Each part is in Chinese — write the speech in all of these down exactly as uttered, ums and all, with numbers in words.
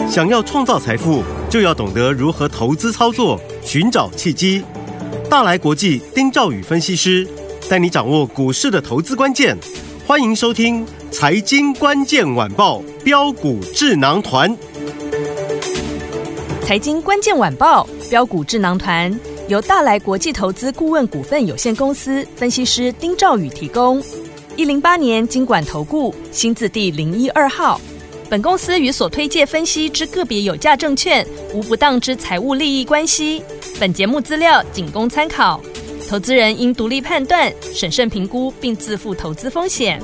想要创造财富，就要懂得如何投资操作，寻找契机。大来国际丁兆宇分析师带你掌握股市的投资关键。欢迎收听《财经关键晚报》标股智囊团。 财经关键晚报标股智囊团由大来国际投资顾问股份有限公司分析师丁兆宇提供。一零八年金管投顾新字第零一二号。本公司与所推介分析之个别有价证券无不当之财务利益关系。本节目资料仅供参考，投资人应独立判断、审慎评估并自负投资风险。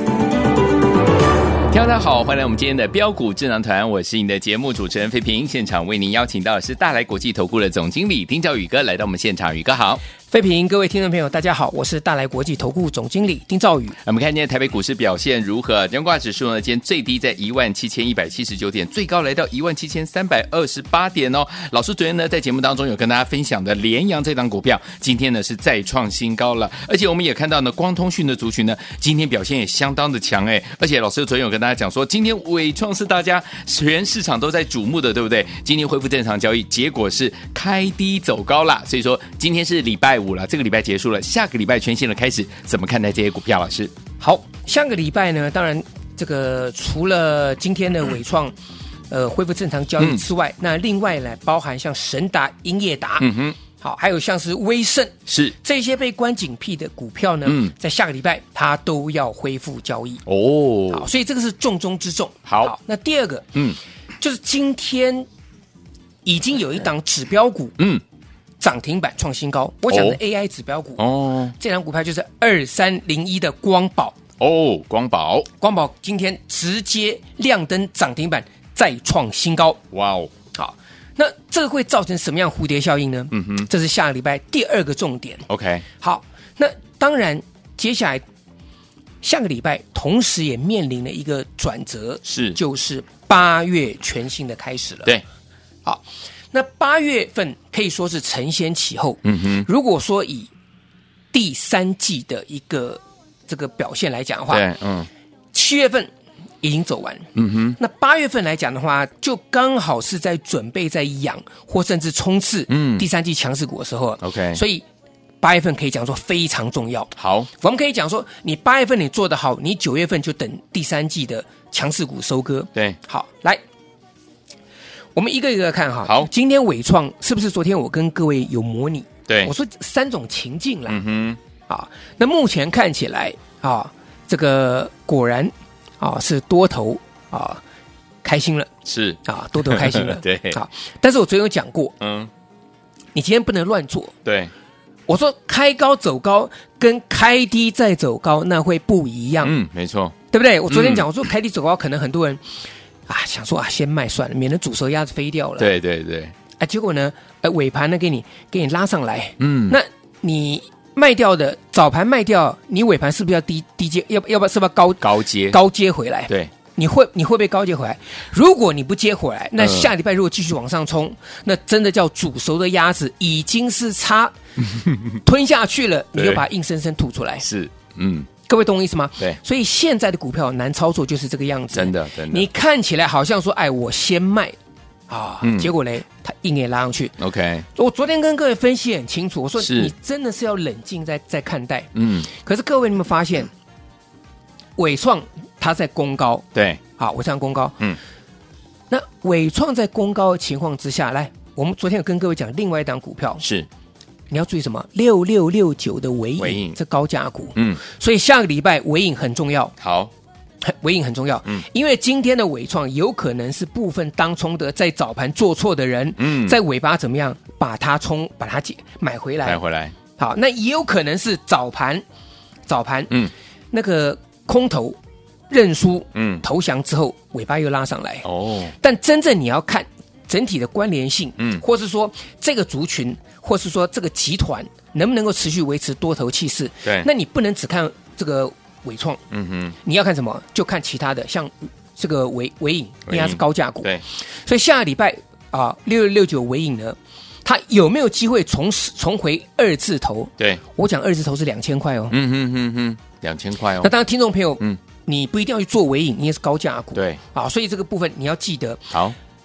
听众大家好，欢迎来我们今天的标股智囊团，我是你的节目主持人费平。现场为您邀请到的是大来国际投顾的总经理丁兆宇哥来到我们现场，宇哥好。 费平，各位听众朋友大家好，我是大来国际投顾总经理丁兆宇。 我们看今天台北股市表现如何？加权指数呢，今天最低在一万七千一百七十九点，最高来到一万七千三百二十八点哦。老师昨天呢在节目当中有跟大家分享的联阳这档股票，今天呢是再创新高了，而且我们也看到呢光通讯的族群呢今天表现也相当的强哎，而且老师昨天有跟大家讲说，今天伟创是大家全市场都在瞩目的，对不对？今天恢复正常交易，结果是开低走高啦，所以说今天是礼拜五了，这个礼拜结束了，下个礼拜全新的开始，怎么看待这些股票？老师， 好，下个礼拜呢，当然这个除了今天的伟创、嗯、呃恢复正常交易之外、嗯、那另外呢包含像神达、英业达，嗯哼，好，还有像是威盛， 是这些被关紧闭的股票呢、嗯、在下个礼拜它都要恢复交易哦， 好，所以这个是重中之重。 好, 好，那第二个嗯就是今天已经有一档指标股嗯涨停板创新高，我讲的 A I 指标股哦，这档股票就是二三零一的光宝哦，光宝， 光宝今天直接亮灯涨停板，再创新高， 哇哦！ 好，那这个会造成什么样蝴蝶效应呢？嗯哼，这是下个礼拜第二个重点。 OK， 好，那当然接下来下个礼拜同时也面临了一个转折， 是就是八月全新的开始了。 对， 好。那八月份可以说是承先启后。嗯哼，如果说以第三季的一个这个表现来讲的话， 对，嗯， 七月份已经走完。嗯哼，那八月份来讲的话，就刚好是在准备在养或甚至冲刺嗯第三季强势股的时候。 OK， 所以八月份可以讲说非常重要。 好， 我们可以讲说，你八月份你做得好，你九月份就等第三季的强势股收割。 对， 好，来。我们一个一个看哈， 好， 今天伟创是不是昨天我跟各位有模拟？ 对， 我说三种情境啦， 嗯哼， 啊，那目前看起来啊，这个果然啊是多头啊开心了， 是啊多头开心了， 对， 啊，但是我昨天有讲过， 嗯， 你今天不能乱做， 对， 我说开高走高跟开低再走高那会不一样， 嗯，没错， 对不对？我昨天讲、嗯、我说开低走高，可能很多人。啊，想说啊，先卖算了，免得煮熟鸭子飞掉了。 对对对， 啊，结果呢，呃，尾盘呢给你给你拉上来，嗯，那你卖掉的早盘卖掉，你尾盘是不是要低低接？要要不要是不是高高接高接回来？ 对， 你会你会不会高接回来？如果你不接回来，那下礼拜如果继续往上冲，嗯、那真的叫煮熟的鸭子已经是差吞下去了，你就把它硬生生吐出来。 是，嗯。 各位懂我意思吗？ 对， 所以现在的股票难操作就是这个样子。 真的，真的， 你看起来好像说，哎，我先卖啊，嗯、结果呢，它硬也拉上去。 OK， 我昨天跟各位分析很清楚，我说你真的是要冷静在在看待。嗯，可是各位你有没有发现，伟创它在攻高？ 对， 好，伟创攻高。嗯，那伟创在攻高的情况之下，来，我们昨天有跟各位讲另外一档股票是。 你要注意什么？六六六九的微影，这高价股， 嗯， 所以下个礼拜微影很重要。 好， 微影很重要，嗯，因为今天的伟创有可能是部分当冲的在早盘做错的人，嗯，在尾巴怎么样把它冲，把它买回来， 买回来。 好，那也有可能是早盘，早盘，嗯，那个空头认输，嗯，投降之后尾巴又拉上来，哦，但真正你要看整体的关联性，嗯，或是说这个族群。或是说这个集团能不能够持续维持多头气势？ 对， 那你不能只看这个伟创，嗯哼，你要看什么？就看其他的，像这个伟伟影，因为它是高价股， 对， 所以下个礼拜啊，六六六九伟影呢，它有没有机会重重回二字头？ 对， 我讲二字头是两千块哦， 嗯哼哼哼，两千块哦。 那当然，听众朋友，嗯，你不一定要去做伟影，你也是高价股， 对， 啊，所以这个部分你要记得。 好。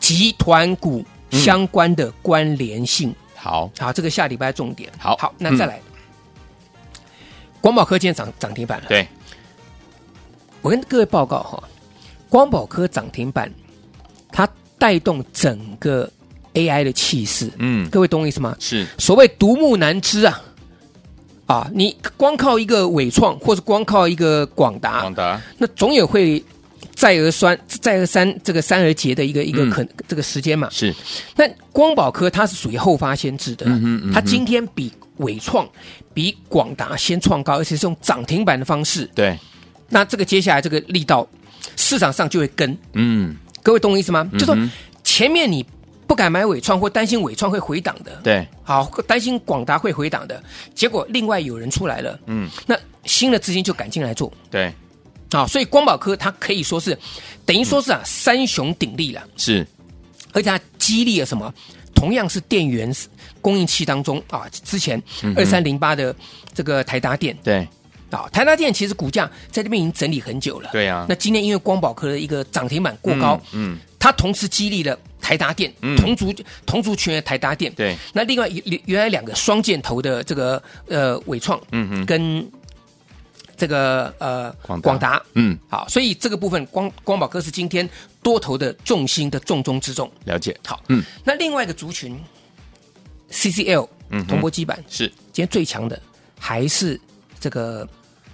集团股相关的关联性。嗯、 好， 好，这个下礼拜重点。 好， 好，那再来，嗯、光宝科今天涨涨停板了。 对， 我跟各位报告哈，光宝科涨停板，它带动整个 A I 的气势。嗯，各位懂我意思吗？ 是， 所谓独木难支啊。啊，你光靠一个伟创，或者光靠一个广达， 广达， 那总有会再而三、再而三这个三而竭的一个一个可、嗯、这个时间嘛。 是， 那光宝科它是属于后发先至的，嗯哼嗯哼它今天比伟创、比广达先创高，而且是用涨停板的方式。 对， 那这个接下来这个力道，市场上就会跟。嗯，各位懂我意思吗？嗯、就说前面你不敢买伟创，或担心伟创会回档的， 对， 好，担心广达会回档的，结果另外有人出来了，嗯，那新的资金就赶进来做， 对， 好，所以光宝科它可以说是等于说是啊、嗯、三雄鼎立了， 是， 而且它激励了什么？同样是电源供应器当中啊，之前二三零八的这个台达电， 对。 啊，台达电其实股价在这边已经整理很久了， 对啊。 那今天因为光宝科的一个涨停板过高，嗯，嗯它同时激励了台达电，嗯、同族同族群的台达电， 对。 那另外原来两个双箭头的这个呃伟创，嗯嗯，跟这个呃广达，广达嗯，好，所以这个部分光光宝科是今天多头的重心的重中之重， 了解。 好，嗯，那另外一个族群 C C L， 嗯，铜箔基板是今天最强的还是这个。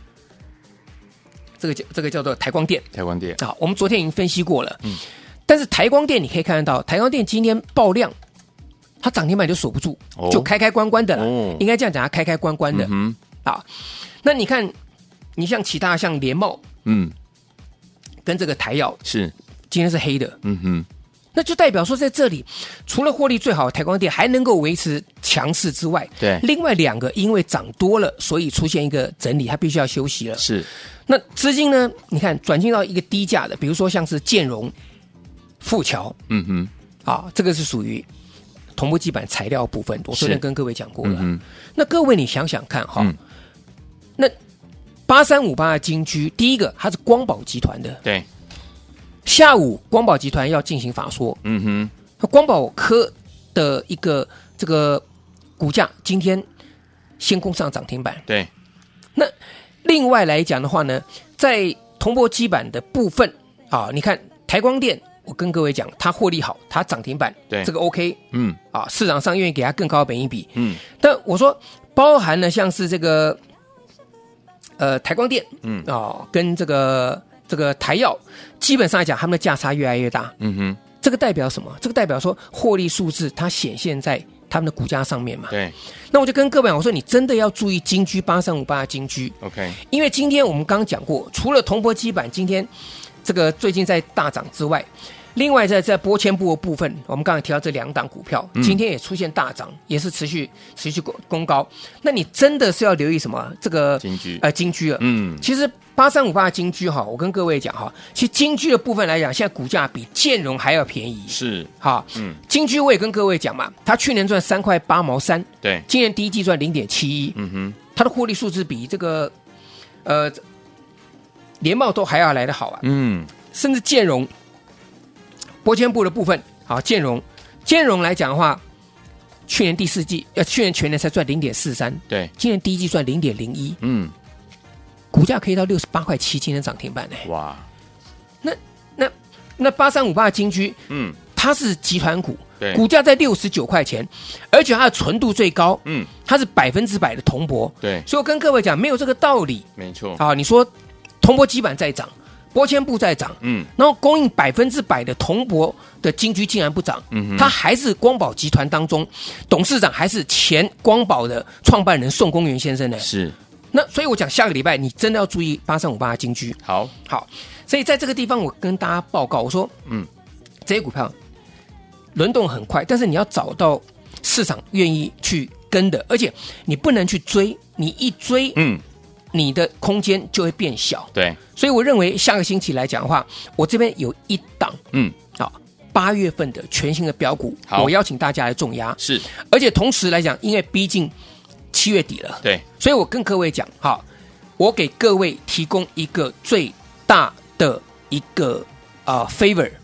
这个叫这个叫做台光电， 台光电啊，我们昨天已经分析过了。嗯，但是台光电你可以看得到，台光电今天爆量，它涨停板就守不住，哦、就开开关关的了。哦、应该这样讲，它开开关关的。嗯啊，那你看，你像其他像联茂，嗯，跟这个台药是今天是黑的。嗯哼。那就代表说，在这里除了获利最好的台光电还能够维持强势之外， 对， 另外两个因为涨多了，所以出现一个整理，它必须要休息了。 是， 那资金呢？你看转进到一个低价的，比如说像是建荣、富桥，嗯哼，啊，这个是属于铜箔基板材料部分，我昨天跟各位讲过了。嗯、那各位你想想看哈，嗯、那八三五八的金居，第一个它是光宝集团的， 对。 下午光宝集团要进行法说，嗯哼，光宝科的一个这个股价今天先攻上涨停板， 对。 那另外来讲的话呢，在铜箔基板的部分啊，你看台光电，我跟各位讲，它获利好，它涨停板， 对， 这个 OK， 嗯，啊，市场上愿意给它更高的本益比， 嗯。 但我说包含了像是这个呃台光电，嗯，啊，跟这个。这个台药基本上来讲，他们的价差越来越大。嗯哼，这个代表什么？这个代表说获利数字它显现在他们的股价上面嘛。 对。 那我就跟各位讲，我说你真的要注意金居八三五八的金居。 OK。 因为今天我们刚刚讲过，除了铜箔基板今天这个最近在大涨之外，另外在在玻纤布的部分，我们刚才提到这两档股票，嗯、今天也出现大涨，也是持续持续攻高。那你真的是要留意什么？这个金居呃金居了。 嗯， 其实。八三五八的金居哈，我跟各位讲哈，其实金居的部分来讲，现在股价比建荣还要便宜。 是哈，嗯，金居我也跟各位讲嘛，它去年赚三块八毛三， 对， 今年第一季赚零点七一，嗯哼，它的获利数字比这个呃联茂都还要来得好啊，嗯，甚至建荣玻纤布的部分，好，建荣建荣来讲的话，去年第四季呃去年全年才赚零点四三， 对， 今年第一季赚零点零一， 嗯。 股价可以到六十八块七，今天涨停板呢、欸。 哇， 那那那八三五八的金居，嗯，它是集团股， 对， 股价在六十九块钱，而且它的纯度最高， 嗯， 它是百分之百的铜箔， 对， 所以我跟各位讲，没有这个道理， 没错啊。你说铜箔基板在涨，玻纤布在涨，嗯，然后供应百分之百的铜箔的金居竟然不涨，嗯，它还是光宝集团当中董事长还是前光宝的创办人宋公元先生呢， 是。 那所以，我讲下个礼拜你真的要注意八三五八的金居。 好， 好，所以在这个地方，我跟大家报告，我说，嗯，这些股票轮动很快，但是你要找到市场愿意去跟的，而且你不能去追，你一追，嗯，你的空间就会变小。 对， 所以我认为下个星期来讲的话，我这边有一档，嗯，好，八月份的全新的标股，我邀请大家来重压。 是， 而且同时来讲，因为毕竟七月底了， 对， 所以我跟各位讲，好，我给各位提供一个最大的一个啊、呃、favor，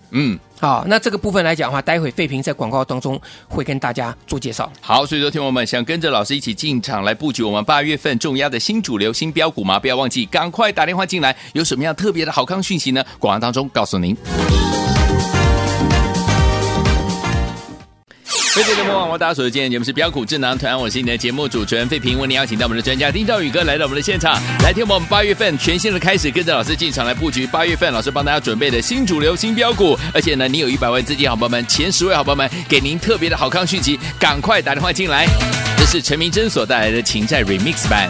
嗯。 好，那这个部分来讲的话，待会废平在广告当中会跟大家做介绍。 好，所以说听众们想跟着老师一起进场来布局我们八月份重压的新主流新标股吗？不要忘记赶快打电话进来，有什么样特别的好康讯息呢？广告当中告诉您。各位节目网，我大家所今天节目是标股智囊团，我是你的节目主持人费平，为您邀请到我们的专家丁兆宇哥来到我们的现场，来听我们八月份全新的开始，跟着老师进场来布局八月份老师帮大家准备的新主流新标股，而且呢，你有一百万资金好朋友们，前十位好朋友们给您特别的好康讯息，赶快打电话进来。这是陈明真所带来的情债 Remix 版。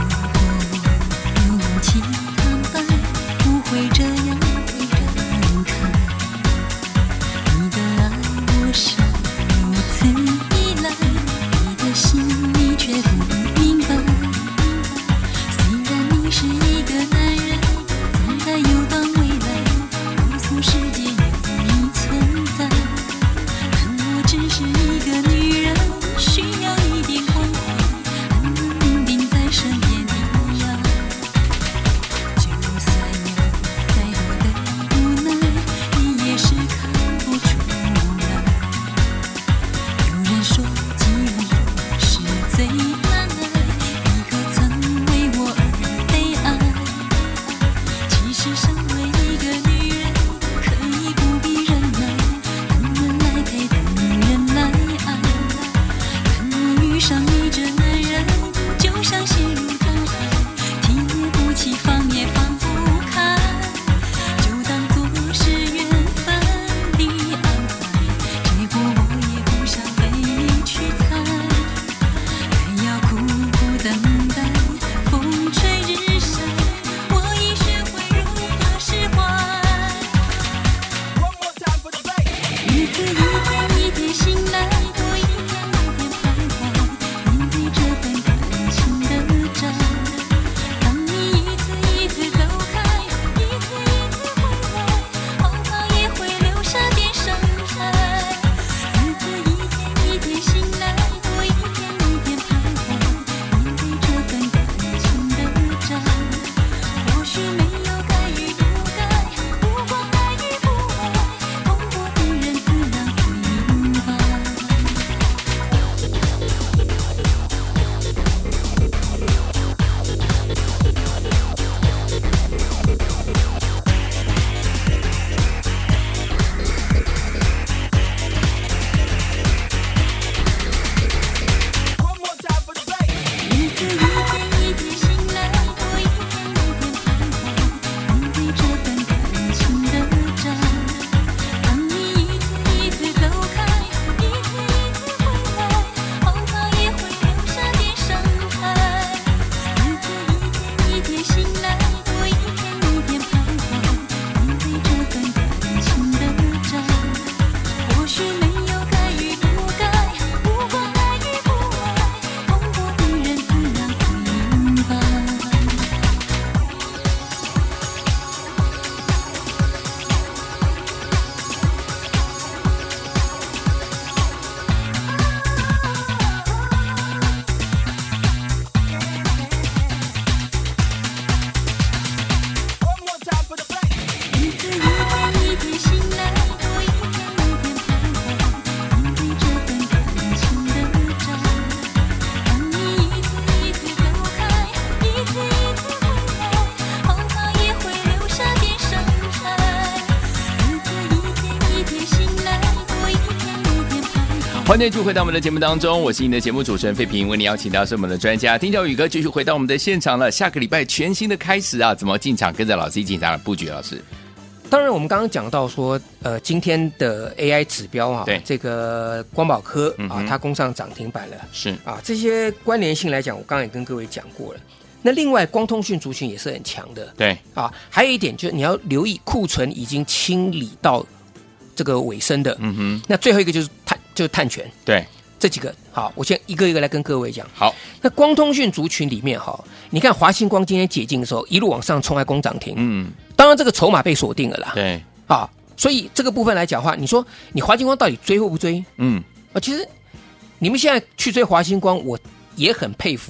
欢迎继续回到我们的节目当中，我是你的节目主持人费平，为你邀请到是我们的专家丁兆宇哥，继续回到我们的现场了。下个礼拜全新的开始啊，怎么进场？跟着老师一起进场布局，老师。 当然，我们刚刚讲到说，呃，今天的 A I 指标啊， 对这个光宝科、嗯、啊，它攻上涨停板了， 是啊，这些关联性来讲，我刚刚也跟各位讲过了。那另外，光通讯族群也是很强的， 对啊，还有一点就是你要留意库存已经清理到这个尾声的，嗯哼。那最后一个就是碳，就是碳权， 对。 这几个好，我先一个一个来跟各位讲。 好， 那光通讯族群里面哈，你看华星光今天解禁的时候，一路往上冲，还攻涨停。嗯，当然这个筹码被锁定了啦。 对， 啊，所以这个部分来讲的话，你说你华星光到底追或不追？嗯，啊，其实你们现在去追华星光，我也很佩服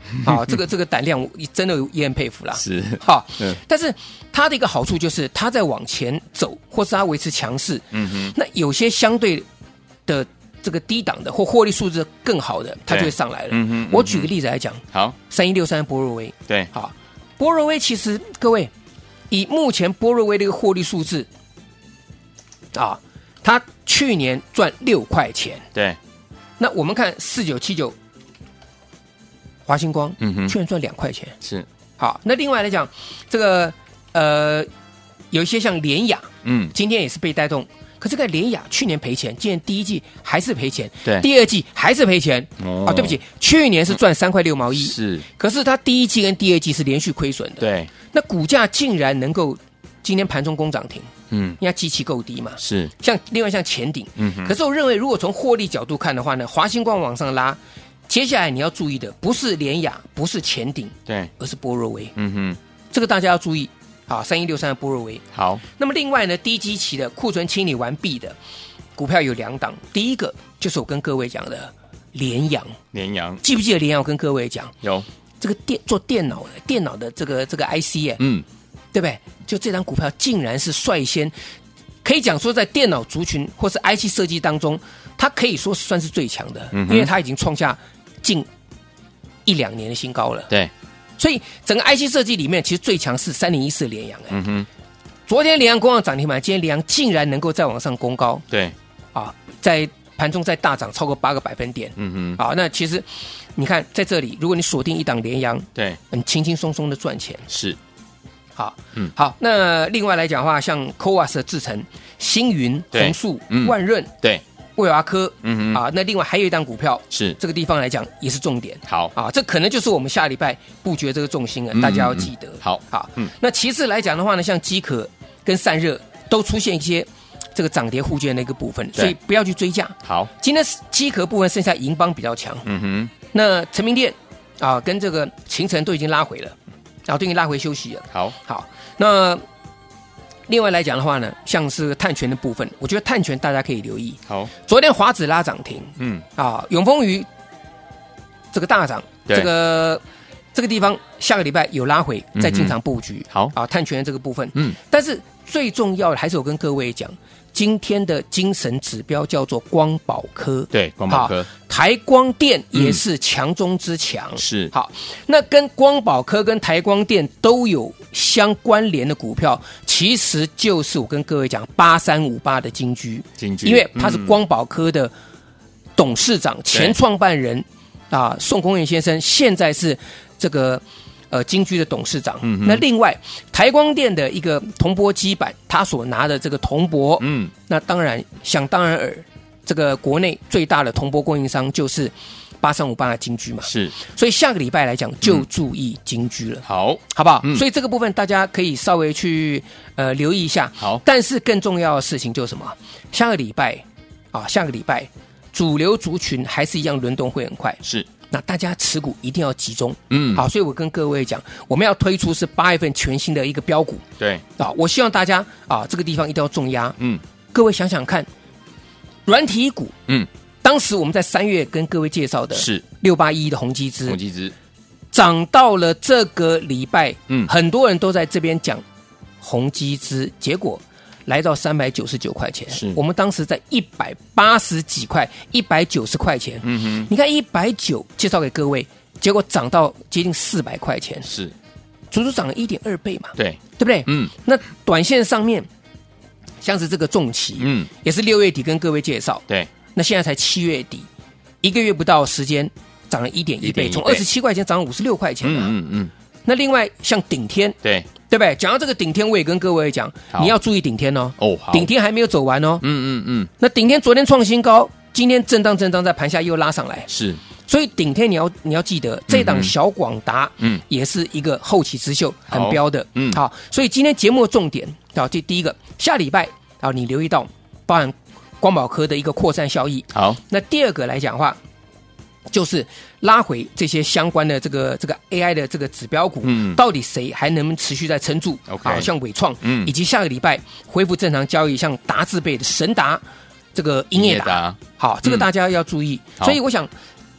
啊，这个这个胆量真的也很佩服啦。 是， 好，但是它的一个好处就是它在往前走，或是它维持强势。嗯哼，那有些相对的这个低档的或获利数字更好的，它就会上来了。嗯哼，我举个例子来讲， 好， 三一六三波若威， 对， 好，波若威其实各位以目前波若威的一个获利数字啊，它去年赚六块钱， 对， 那我们看四九七九。华星光，嗯哼，去年赚两块钱， 是好。那另外来讲，这个呃，有一些像联雅，嗯，今天也是被带动。可这个联雅去年赔钱，今年第一季还是赔钱， 对， 第二季还是赔钱。哦，啊，对不起，去年是赚三块六毛一， 是。 可是它第一季跟第二季是连续亏损的， 对。 那股价竟然能够今天盘中攻涨停，嗯，因为基期够低嘛， 是。像另外像前顶，嗯，可是我认为如果从获利角度看的话呢，华星光往上拉。接下来你要注意的不是联雅，不是前顶， 对， 而是波若威。 嗯哼， 这个大家要注意。好，三一六三的波若威。 好， 那么另外呢，低基期的库存清理完毕的股票有两档，第一个就是我跟各位讲的联阳。 联阳， 记不记得联阳？我跟各位讲， 有这个电做电脑的电脑的这个这个 I C 哎， 嗯， 对不对？就这张股票竟然是率先。可以讲说，在电脑族群或是 I C 设计当中，它可以说算是最强的，嗯，因为它已经创下近一两年的新高了。 对， 所以整个 I C 设计里面，其实最强是三零一四联阳。嗯哼，昨天联阳攻上涨停板，今天联阳竟然能够再往上攻高。 对， 啊，在盘中再大涨超过八个百分点。嗯哼，啊，那其实你看在这里，如果你锁定一档联阳， 对， 很轻轻松松的赚钱。 是。 好，嗯，好，那另外来讲的话，像 C O A S 的制程、星云、宏塑、嗯、万润， 对， 卫华科，嗯嗯，啊，那另外还有一档股票， 是这个地方来讲也是重点。 好， 啊，这可能就是我们下礼拜布局的这个重心啊，嗯、大家要记得。 好， 好，嗯，那其次来讲的话呢，像机可跟散热都出现一些这个涨跌互见的一个部分，所以不要去追价。 好， 今天机可部分剩下银邦比较强，嗯哼，那成名店啊跟这个勤诚都已经拉回了。然后对你拉回休息了。 好， 好，那另外来讲的话呢，像是碳权的部分，我觉得碳权大家可以留意。 好， 昨天华指拉涨停，嗯，啊，永丰余这个大涨，这个这个地方下个礼拜有拉回，再进场布局。 嗯、好， 啊，碳权的这个部分，嗯，但是最重要的还是我跟各位讲。今天的精神指标叫做光宝科， 对，光宝科， 台光电也是强中之强， 嗯、是好。那跟光宝科跟台光电都有相关联的股票，其实就是我跟各位讲八三五八的金居， 金居， 因为他是光宝科的董事长、嗯、前创办人啊，宋公彦先生，现在是这个。呃，金居的董事长，嗯，那另外台光电的一个铜箔基板，他所拿的这个铜箔，嗯，那当然想当然尔，这个国内最大的铜箔供应商就是八三五八的金居嘛， 是， 所以下个礼拜来讲就注意金居了， 嗯、好， 好不好？嗯、所以这个部分大家可以稍微去呃留意一下， 好。 但是更重要的事情就是什么？下个礼拜啊，下个礼拜主流族群还是一样轮动会很快， 是。 那大家持股一定要集中，嗯，好，所以我跟各位讲，我们要推出是八月份全新的一个标股， 对， 啊，我希望大家啊，这个地方一定要重压，嗯，各位想想看，软体股，嗯，当时我们在三月跟各位介绍的是六八一的宏基资， 宏基资涨到了这个礼拜，嗯，很多人都在这边讲宏基资，结果。来到三百九十九块钱， 是我们当时在一百八十几块，一百九十块钱。嗯哼，你看一百九介绍给各位，结果涨到接近四百块钱， 是足足涨了一点二倍嘛？ 对， 对不对？嗯，那短线上面，像是这个重骑，嗯，也是六月底跟各位介绍， 对， 那现在才七月底，一个月不到时间，涨了一点一倍，从二十七块钱涨了五十六块钱。嗯嗯嗯。那另外像顶天， 对。 对不对？讲到这个顶天，我也跟各位讲，你要注意顶天哦。 哦， 顶天还没有走完哦。 嗯嗯嗯。 那顶天昨天创新高，今天震荡震荡，在盘下又拉上来。 是。 所以顶天你要你要记得，这档小广达，嗯，也是一个后起之秀，很标的。嗯。好，所以今天节目的重点，好，这第一个，下礼拜啊，你留意到，包含光宝科的一个扩散效益。 好。 那第二个来讲的话。就是拉回这些相关的这个这个 A I 的这个指标股，嗯，到底谁还能不能持续在撑住？ OK， 啊，像伟创，嗯，以及下个礼拜恢复正常交易，像达字辈的神达，这个英业达，好，这个大家要注意。嗯、所以我想，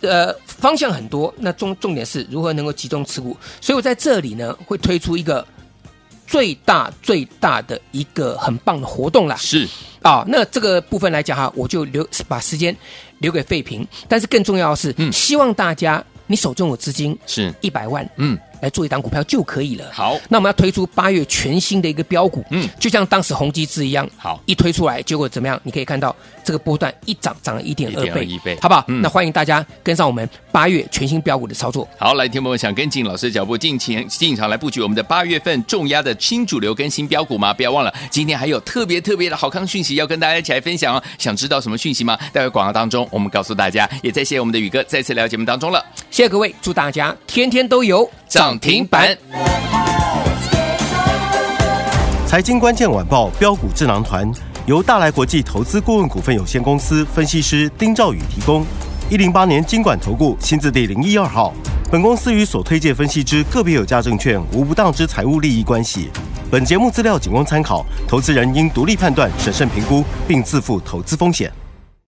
呃方向很多，那重重点是如何能够集中持股。所以我在这里呢会推出一个最大最大的一个很棒的活动啦。 是啊，那这个部分来讲哈，我就留把时间留给废平，但是更重要的是，嗯，希望大家你手中有资金是一百万， 嗯。 来做一档股票就可以了。 好， 那我们要推出八月全新的一个标股，嗯，就像当时宏基资一样， 好， 一推出来，结果怎么样？你可以看到这个波段一涨涨了一点二倍， 一倍， 好不好？嗯、那欢迎大家跟上我们八月全新标股的操作。 好，来，听众朋友想跟进老师的脚步，进前进场来布局我们的八月份重压的新主流跟新标股吗？不要忘了，今天还有特别特别的好康讯息要跟大家一起来分享哦。想知道什么讯息吗？待会广告当中我们告诉大家。也再谢谢我们的宇哥再次来到节目当中了， 谢谢各位，祝大家天天都有涨停板。 财经关键晚报标股智囊团由大来国际投资顾问股份有限公司分析师丁兆宇提供。一零八年金管投顾新字第零一二号。本公司与所推介分析之个别有价证券无不当之财务利益关系。本节目资料仅供参考，投资人应独立判断、审慎评估，并自负投资风险。